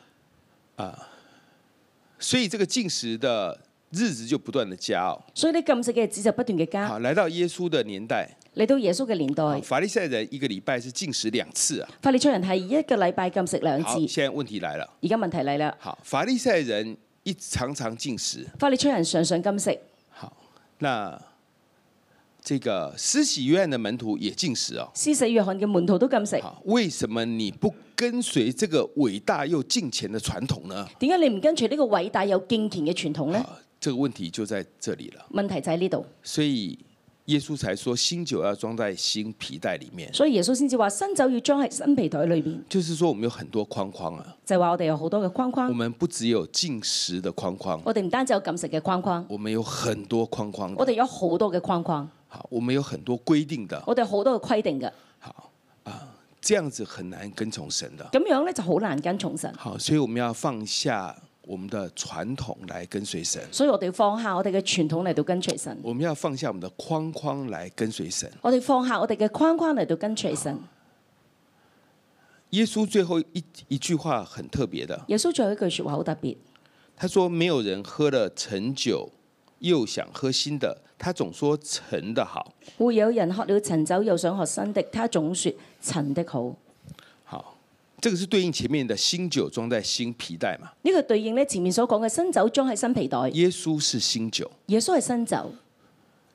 所以這個禁食的日子就不斷的加哦。 所以你禁食嘅日子就不斷嘅加。 好，來到耶穌的年代。 嚟到耶穌嘅年代。 法利賽人一個禮拜是禁食2次啊。 法利賽人係一個禮拜禁食2次。 好，現在問題來了。 而家問題嚟啦。 好，法利賽人常常禁食。 法利賽人常常禁食。 好，那。這個施洗約翰的門徒也禁食哦。 施洗約翰嘅門徒都禁食。 為什麼你不跟隨這個偉大又敬虔的傳統呢？ 點解你唔跟隨呢個偉大又敬虔嘅傳統呢？ 這個問題就在這裡了。 問題就喺呢度。 所以耶穌才說新酒要裝在新皮袋裡面。 所以耶穌先至話新酒要裝喺新皮袋裏邊。 就是說我們有很多框框啊。 就係話我哋有好多嘅框框。 我們不只有禁食的框框。 我哋唔單止有禁食嘅框框。 我們有很多框框。 我哋有好多嘅框框。 好，我們有很多規定的。 我哋好多嘅規定嘅。 好這樣子很難跟從神的。 咁樣咧就好難跟從神。 好，所以我們要放下我們的傳統來跟隨神。 所以我哋要放下我哋嘅傳統嚟到跟隨神。 我們要放下我們的框框來跟隨神。 我哋放下我哋嘅框框嚟到跟隨神。 耶穌最後一句話很特別的。 耶穌最後一句說話好特別。 他說：沒有人喝了陳酒又想喝新的，他總說陳的好。 會有人喝了陳酒又想喝新的，他總說陳的好。 好，這個是對應前面的新酒裝在新皮袋嘛？ 呢個對應咧前面所講嘅新酒裝喺新皮袋。 耶穌是新酒。 耶穌係新酒。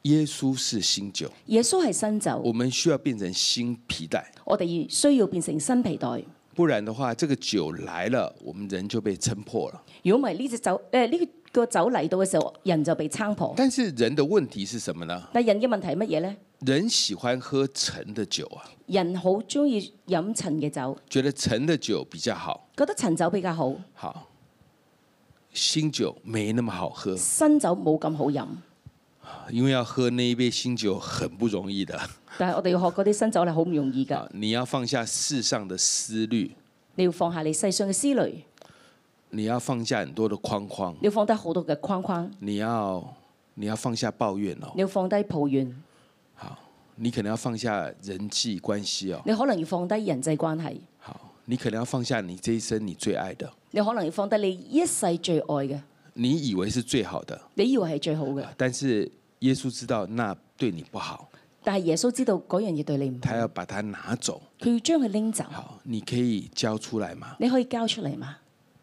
耶穌是新酒， 耶穌係新酒， 我們需要變成新皮帶， 我哋需要變成新皮袋。 不然的話，這個酒來了，我們人就被撐破了。 如果唔係呢隻酒，呢個酒嚟到嘅時候，人就被撐破。 但是人的問題是什麼呢？ 但人嘅問題係乜嘢呢？ 人喜歡喝陳的酒啊， 人好中意飲陳嘅酒， 覺得陳的酒比較好。 覺得陳酒比較好。 好，新酒沒那麼好喝， 新酒冇咁好飲。 因為要喝那一杯新酒很不容易的。 但係我哋要學嗰啲新酒係好唔容易㗎。 你要放下世上的思慮， 你要放下你世上嘅思慮， 你要放下很多的框框， 你要放低好多嘅框框， 你要放下抱怨哦。 你要放低抱怨， 好，你可能要放下人際關係哦。 你可能要放低人際關係， 好，你可能要放下你這一生你最愛的， 你可能要放低你一世最愛嘅， 你以為是最好的， 你以為係最好嘅， 但是耶穌知道那對你不好， 但係耶穌知道嗰樣嘢對你唔好， 他要把它拿走。 佢要將佢拎走。 好，你可以交出來嗎？ 你可以交出嚟嗎？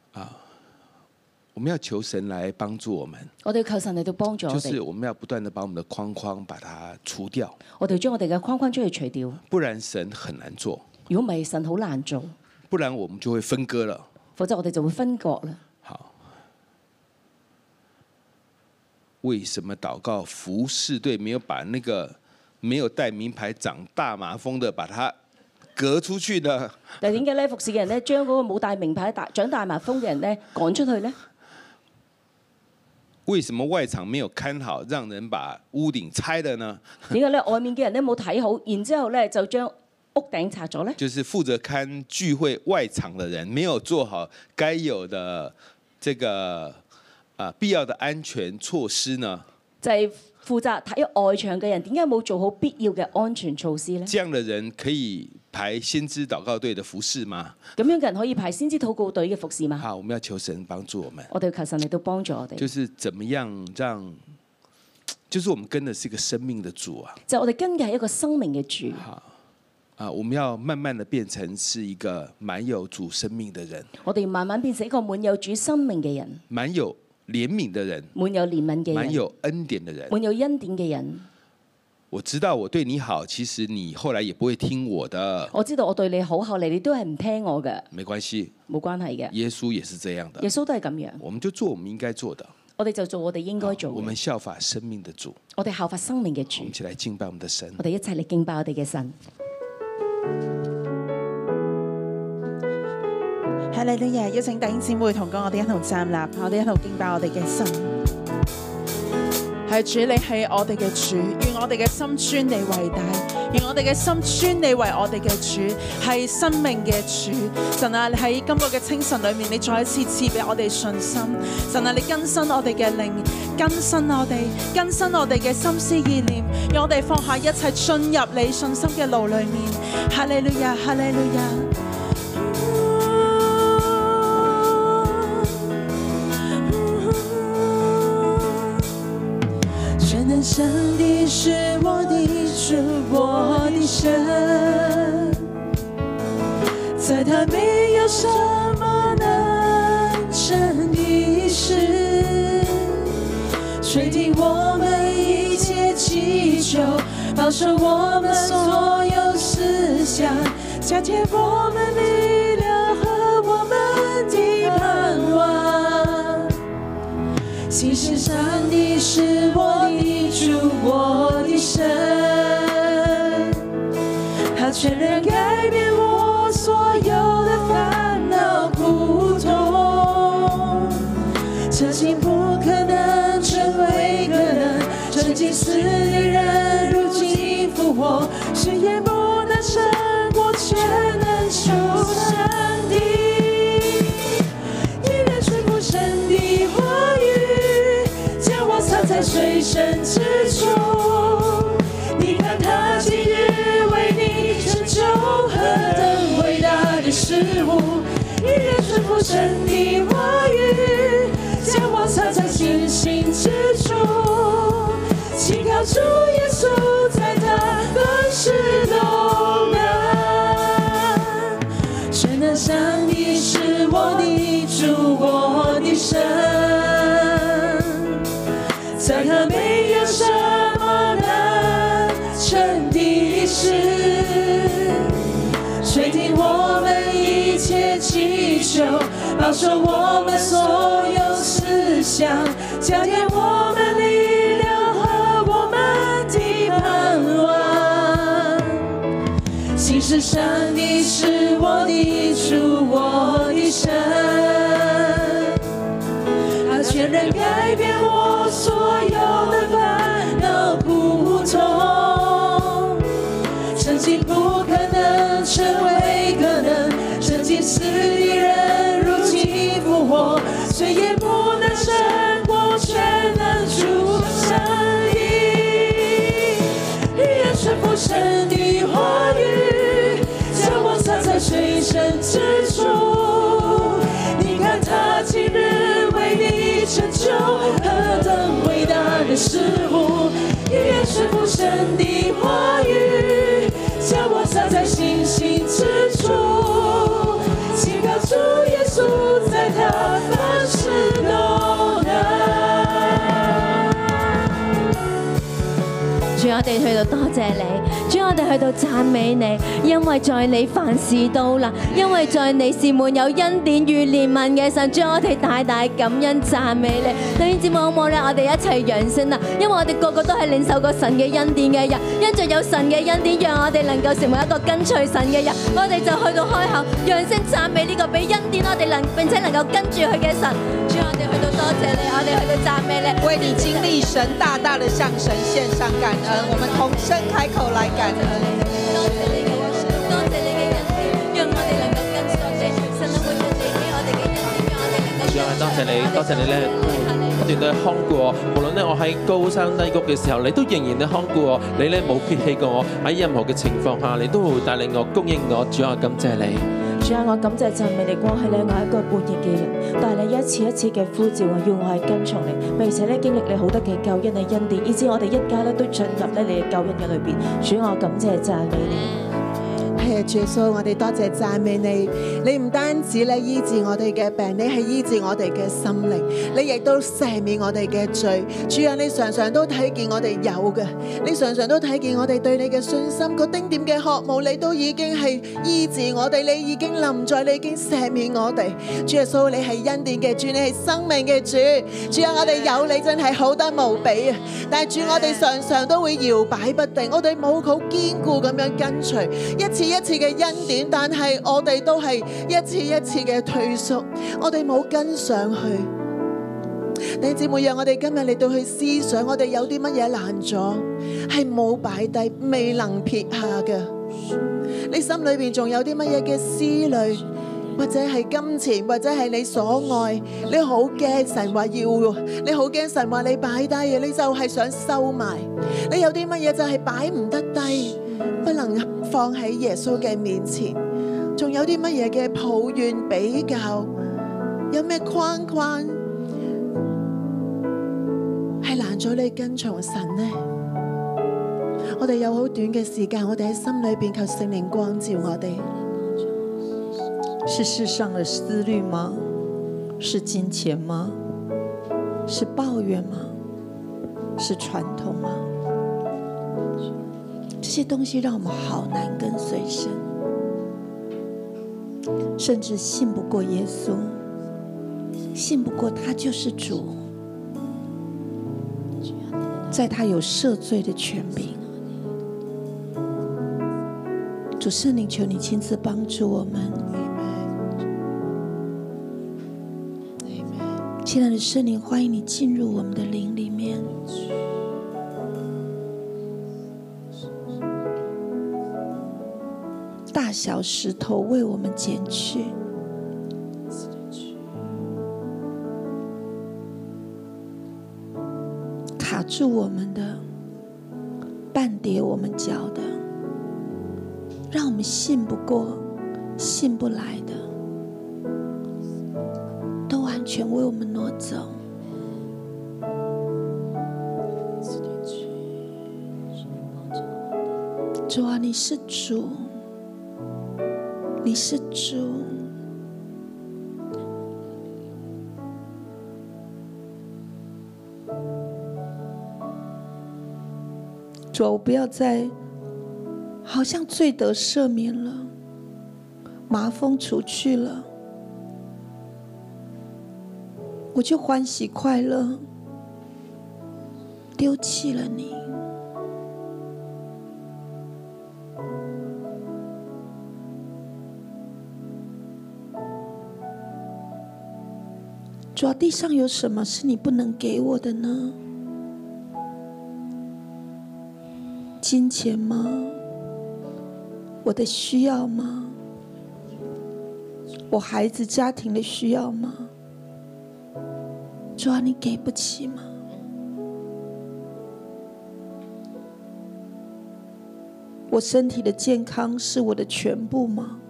我們要求神來幫助我們， 我哋要求神嚟到幫助我哋， 就是我們要不斷的把我們的框框把它除掉， 我哋將我哋嘅框框將佢除掉， 不然神很難做， 如果唔係神好難做， 不然我們就會分割了。 否則我哋就會分割啦。 好，為什麼禱告服侍隊沒有把那個沒有帶名牌長大麻風的把它隔出去呢？ 但係點解咧？服侍嘅人咧，將嗰個冇帶名牌長大麻風嘅人咧趕出去咧？ 為什麼外場沒有看好，讓人把屋頂拆了呢？ 點解咧？外面嘅人咧冇睇好，然之後咧就將屋頂拆咗咧？ 就是負責看聚會外場的人沒有做好該有的這個必要的安全措施呢？ 就係負責睇外場嘅人，點解冇做好必要嘅安全措施咧？ 這樣的人可以排先知禱告隊的服侍嗎？ 咁樣嘅人可以排先知禱告隊嘅服侍嗎？ 好，我們要求神幫助我們。 我哋要求神嚟到幫助我哋。 就是怎麼樣讓，就是我們跟的是一個生命的主啊。 就我哋跟嘅係一個生命嘅主。 我們要慢慢的變成是一個滿有主生命的人。 我哋慢慢變成一個滿有主生命嘅人， 滿有憐憫的人， 滿有憐憫嘅人， 滿有恩典的人， 滿有恩典嘅人。 我知道我對你好，其實你後來也不會聽我的。 我知道我對你好，後嚟你都係唔聽我嘅。 沒關係， 冇關係嘅。 耶穌也是這樣的。 耶穌都係咁樣。 我們就做我們應該做的。 我哋就做我哋應該做嘅。 我們效法生命的主。 我哋效法生命嘅主。 我們一起來敬拜我們的神。 我哋一齊嚟敬拜我哋嘅神。 哈利路亞！邀請弟兄姊妹同講，我哋一同站立，我哋一同敬拜我哋嘅神。係主，你係我哋嘅主，願我哋嘅心尊你為大，願我哋嘅心尊你為我哋嘅主，係生命嘅主。神啊，你喺今個嘅清晨裏面，你再一次賜俾我哋信心。神啊，你更新我哋嘅靈，更新我哋嘅心思意念，讓我哋放下一切進入你信心嘅路裏面。哈利路亞，哈利路亞。上帝是我的主，我的神，在他沒有什麼難成的事，垂聽我們一切祈求，保守我們所有思想，加添我們力量和我們的盼望。其實上帝是我的主，我的神，他全然改變我所有的煩惱苦痛，這竟不可能成為可能，曾經死的人如今復活，誓言不能勝過全能求上帝，依然順服神的話語，將我藏在水深之處，你看他今日為你成就何等偉大的事物，依然順服神的話語，將我藏在信心之處，請靠主耶穌，在他凡事都能。全能上帝是我的主，我的神，在他沒有什麼保守我们所有思想，加添我们力量和我们的盼望。心是上帝，是我的主，我的神，他全然改变我所有的烦恼苦痛，曾经不可能成为可能，曾经死的人如今复活，谁也不能胜过全能主上帝。愿顺服神的话语，将我藏在水深之处。你看他今日为你成就何等伟大的事物。愿顺服神的话语，将我藏在星星之处，请告主耶稣，在他凡事都能。 主，我哋去到多謝你，主，我哋去到讚美你，因為在你凡事都能，因為在你是滿有恩典與憐憫嘅神。主，我哋大大感恩讚美你。弟兄姊妹，好唔好咧？我哋一齊揚聲啊！因為我哋個個都係領受過神嘅恩典嘅人，因着有神嘅恩典，讓我哋能夠成為一個跟隨神嘅人。我哋就去到開口揚聲讚美呢個俾恩典我哋並且能夠跟住佢嘅神。主，我哋去到多謝你，我哋去到讚美你， 為你經歷神大大的向神獻上感恩，我們同聲開口來感恩。 多謝你嘅恩典，多謝你嘅恩典，讓我哋能夠跟上你。神啊，為着你俾我哋嘅恩典，讓我哋能夠。 主啊，多謝你，多謝你咧，不斷地看顧我。無論咧我喺高山低谷嘅時候，你都仍然咧看顧我，你咧冇撇棄過我。喺任何嘅情況下，你都會帶領我、供應我。主啊，感謝你。 主啊，我感謝讚美你。過去咧，我係一個叛逆嘅人，但係你一次一次嘅呼召我，要我係跟從你，並且咧經歷你好多嘅救恩嘅恩典，以致我哋一家咧都進入咧你嘅救恩嘅裏邊。主，我感謝讚美你。 係啊，主耶穌，我哋多謝讚美你。你唔單止咧醫治我哋嘅病，你係醫治我哋嘅心靈，你亦都赦免我哋嘅罪。主啊，你常常都睇見我哋有嘅，你常常都睇見我哋對你嘅信心個丁點嘅渴慕，你都已經係醫治我哋，你已經臨在，你已經赦免我哋。主耶穌，你係恩典嘅主，你係生命嘅主。主啊，我哋有你真係好得無比啊！但係主，我哋常常都會搖擺不定，我哋冇好堅固咁樣跟隨，一次一次嘅恩典，但係我哋都係一次一次嘅退縮，我哋冇跟上去。弟兄姊妹，讓我哋今日嚟到去思想，我哋有啲乜嘢攔阻，係冇擺低、未能撇下嘅。你心裏邊仲有啲乜嘢嘅思慮，或者係金錢，或者係你所愛，你好驚神話要，你好驚神話你擺低嘅，你就係想收埋。你有啲乜嘢就係擺唔得低，不能放喺耶穌嘅面前。仲有啲乜嘢嘅抱怨比較，有咩框框係攔咗你跟從神呢？我哋有好短嘅時間，我哋喺心裏邊求聖靈光照我哋。 是世上的思慮嗎？是金錢嗎？是抱怨嗎？是傳統嗎？這些東西讓我們好難跟隨神，甚至信不過耶穌，信不過他就是主，在他有赦罪的權柄。主聖靈，求你親自幫助我們。親愛的聖靈，歡迎你進入我們的靈裡面。大小石頭為我們剪去，卡住我們的，絆跌我們腳的，讓我們信不過、信不來的，都完全為我們挪走。主啊，你是主，你是主。主啊，我不要再好像罪得赦免了，麻風除去了， 我就欢喜快乐，丢弃了你。主啊，地上有什么是你不能给我的呢？金钱吗？我的需要吗？我孩子家庭的需要吗？主啊，你给不起吗？我身体的健康是我的全部吗？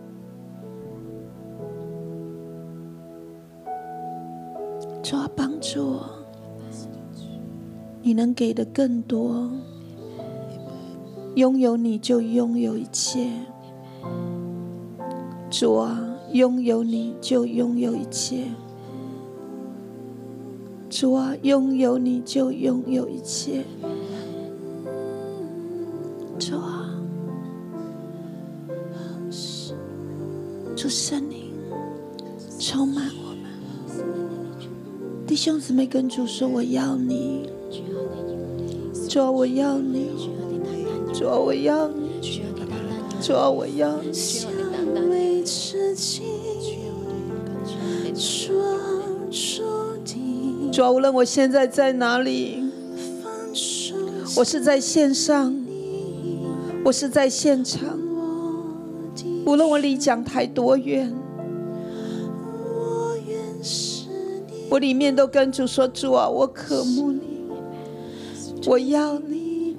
主啊，帮助我，你能给的更多。拥有你就拥有一切，主啊，拥有你就拥有一切，主啊，拥有你就拥有一切，主啊，主圣灵充满我们。弟兄姊妹跟主说，我要你，主啊，我要你，主啊，我要你，主啊，我要你。主啊，无论我现在在哪里，我是在线上，我是在现场，无论我离讲台多远，我里面都跟主说，主啊，我渴慕你，我要你，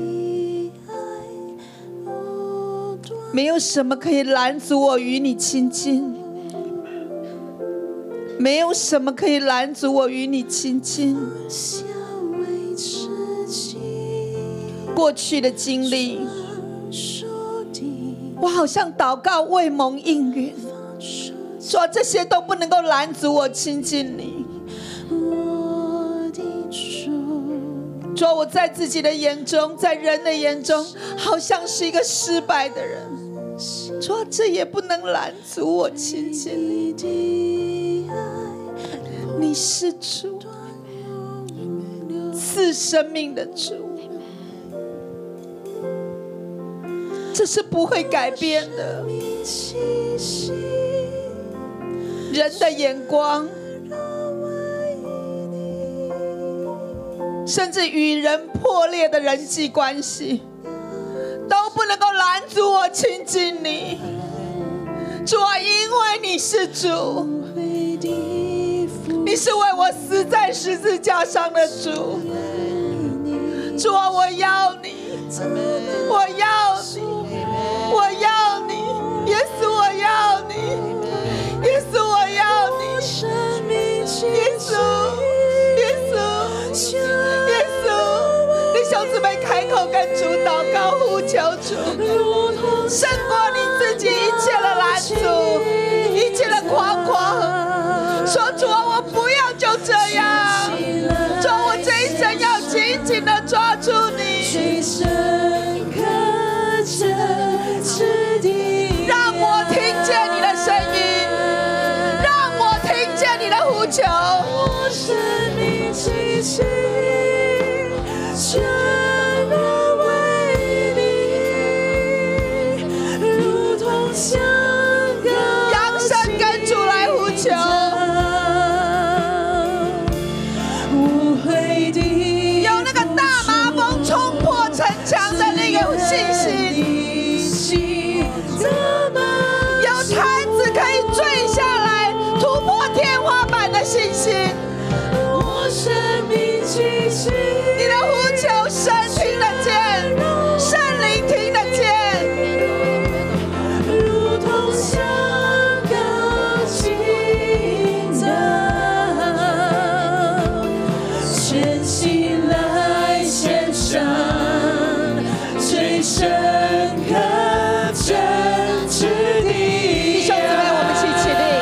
没有什么可以拦阻我与你亲近，没有什么可以拦阻我与你亲近。过去的经历，我好像祷告未蒙应允，说这些都不能够拦阻我亲近你。说我在自己的眼中，在人的眼中，好像是一个失败的人。说这也不能拦阻我亲近你。你是主，赐生命的主，这是不会改变的。人的眼光，甚至与人破裂的人际关系，都不能够拦阻我亲近你。主啊，因为你是主，你是为我死在十字架上的主。主啊，我要你，我要你，我要你，耶稣，我要你，耶稣，我要你，耶稣，耶稣，耶稣。弟兄姊妹开口跟主祷告，呼求主，胜过你自己一切的拦阻，一切的狂说主啊，我不要就这样，主啊，我这一生要紧紧地抓住你，让我听见你的声音，让我听见你的呼求。我生命气息全然为你，如同香膏，扬声跟主来呼求。有那个大麻风冲破城墙的那个信心，有毯子可以坠下来突破天花板的信心。你的呼求神听得见，圣灵听得见，如同香膏倾倒，全心来献上最深刻真挚的。弟兄姊妹，我们一起起立，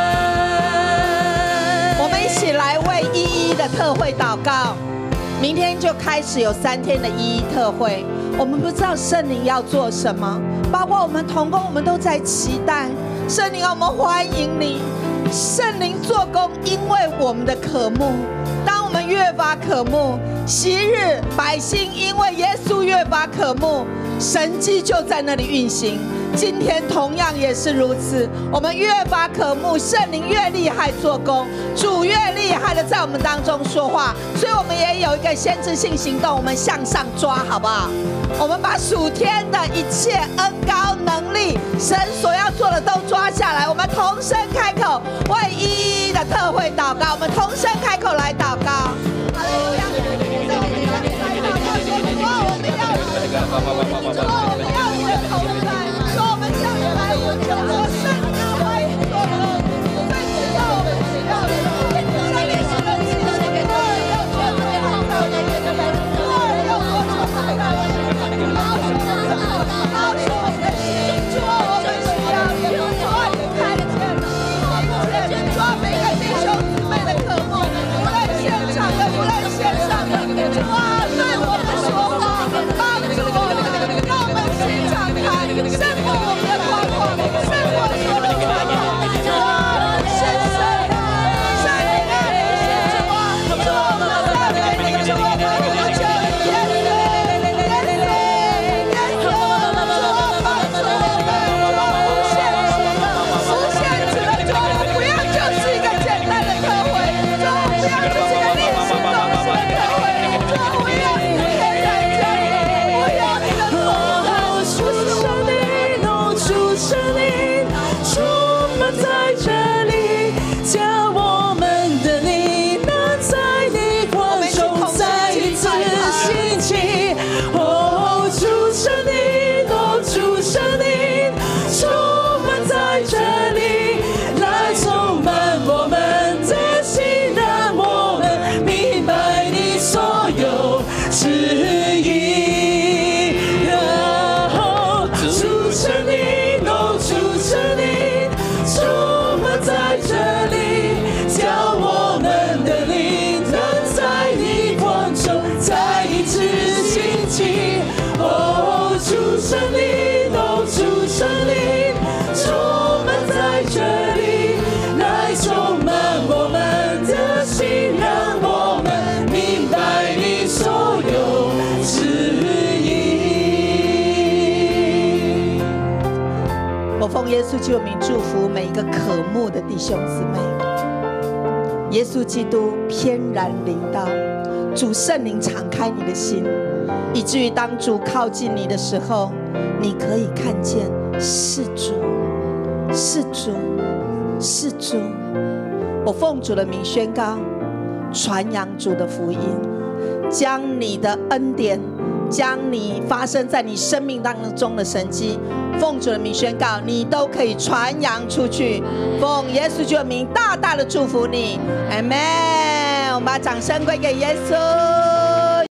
我们一起来为一一的特会祷告。明天就开始有3天的一一特会，我们不知道圣灵要做什么，包括我们同工，我们都在期待圣灵啊，我们欢迎你， 圣灵做工，因为我们的渴慕。当我们越发渴慕，昔日百姓因为耶稣越发渴慕，神迹就在那里运行。今天同样也是如此，我们越发渴慕，圣灵越厉害做工，主越厉害的在我们当中说话。所以我们也有一个先知性行动，我们向上抓，好不好？我们把属天的一切恩膏能力，神所要做的都抓下来。我们同声开口，为一一的特会祷告。我们同声开口来祷告。哈利路亚！我们要你的同在，说我们向你来呼求，说圣灵来做工，最主要我们需要的，在历史的记录里面，要做出创造的一个人，要做出创造的一个人，保守我们的心，主啊，我们需要你，主啊，你看见，主啊，每个弟兄姊妹的渴慕，无论现场的，无论线上的，主啊，对我们说话，帮助我们，让我们心敞开，胜过我们的狂妄，胜过所有的传统。主啊，是谁？圣灵啊，主啊，主啊，我们赞美你，主啊，我们呼求你，耶稣，耶稣，耶稣，主啊，帮助我们，无限制的，主啊，不要就是一个简单的特会，主啊，不要就是一个例行公事的特会，主啊，我要你的天在这里，我要你的同在， 主圣灵，主圣灵，充满在这里，叫我们的灵能在你光中再一次兴起。哦，主圣灵，主圣灵，充满在这里，来充满我们的心，让我们明白你所有旨意。主圣灵，主圣灵，充满在这里，叫我们的灵能在你光中再一次兴起。哦，主圣灵，主圣灵，充满在这里，来充满我们的心，让我们明白你所有旨意。 我奉耶稣基督的名祝福每一个渴慕的弟兄姊妹，耶稣基督翩然临到，主圣灵敞开你的心，以至于当主靠近你的时候，你可以看见是主，是主，是主。我奉主的名宣告，传扬主的福音，将你的恩典，将你发生在你生命当中的神迹，奉主的名宣告，你都可以传扬出去。奉耶稣基督的名，大大的祝福你，阿们。我们把掌声归给耶稣。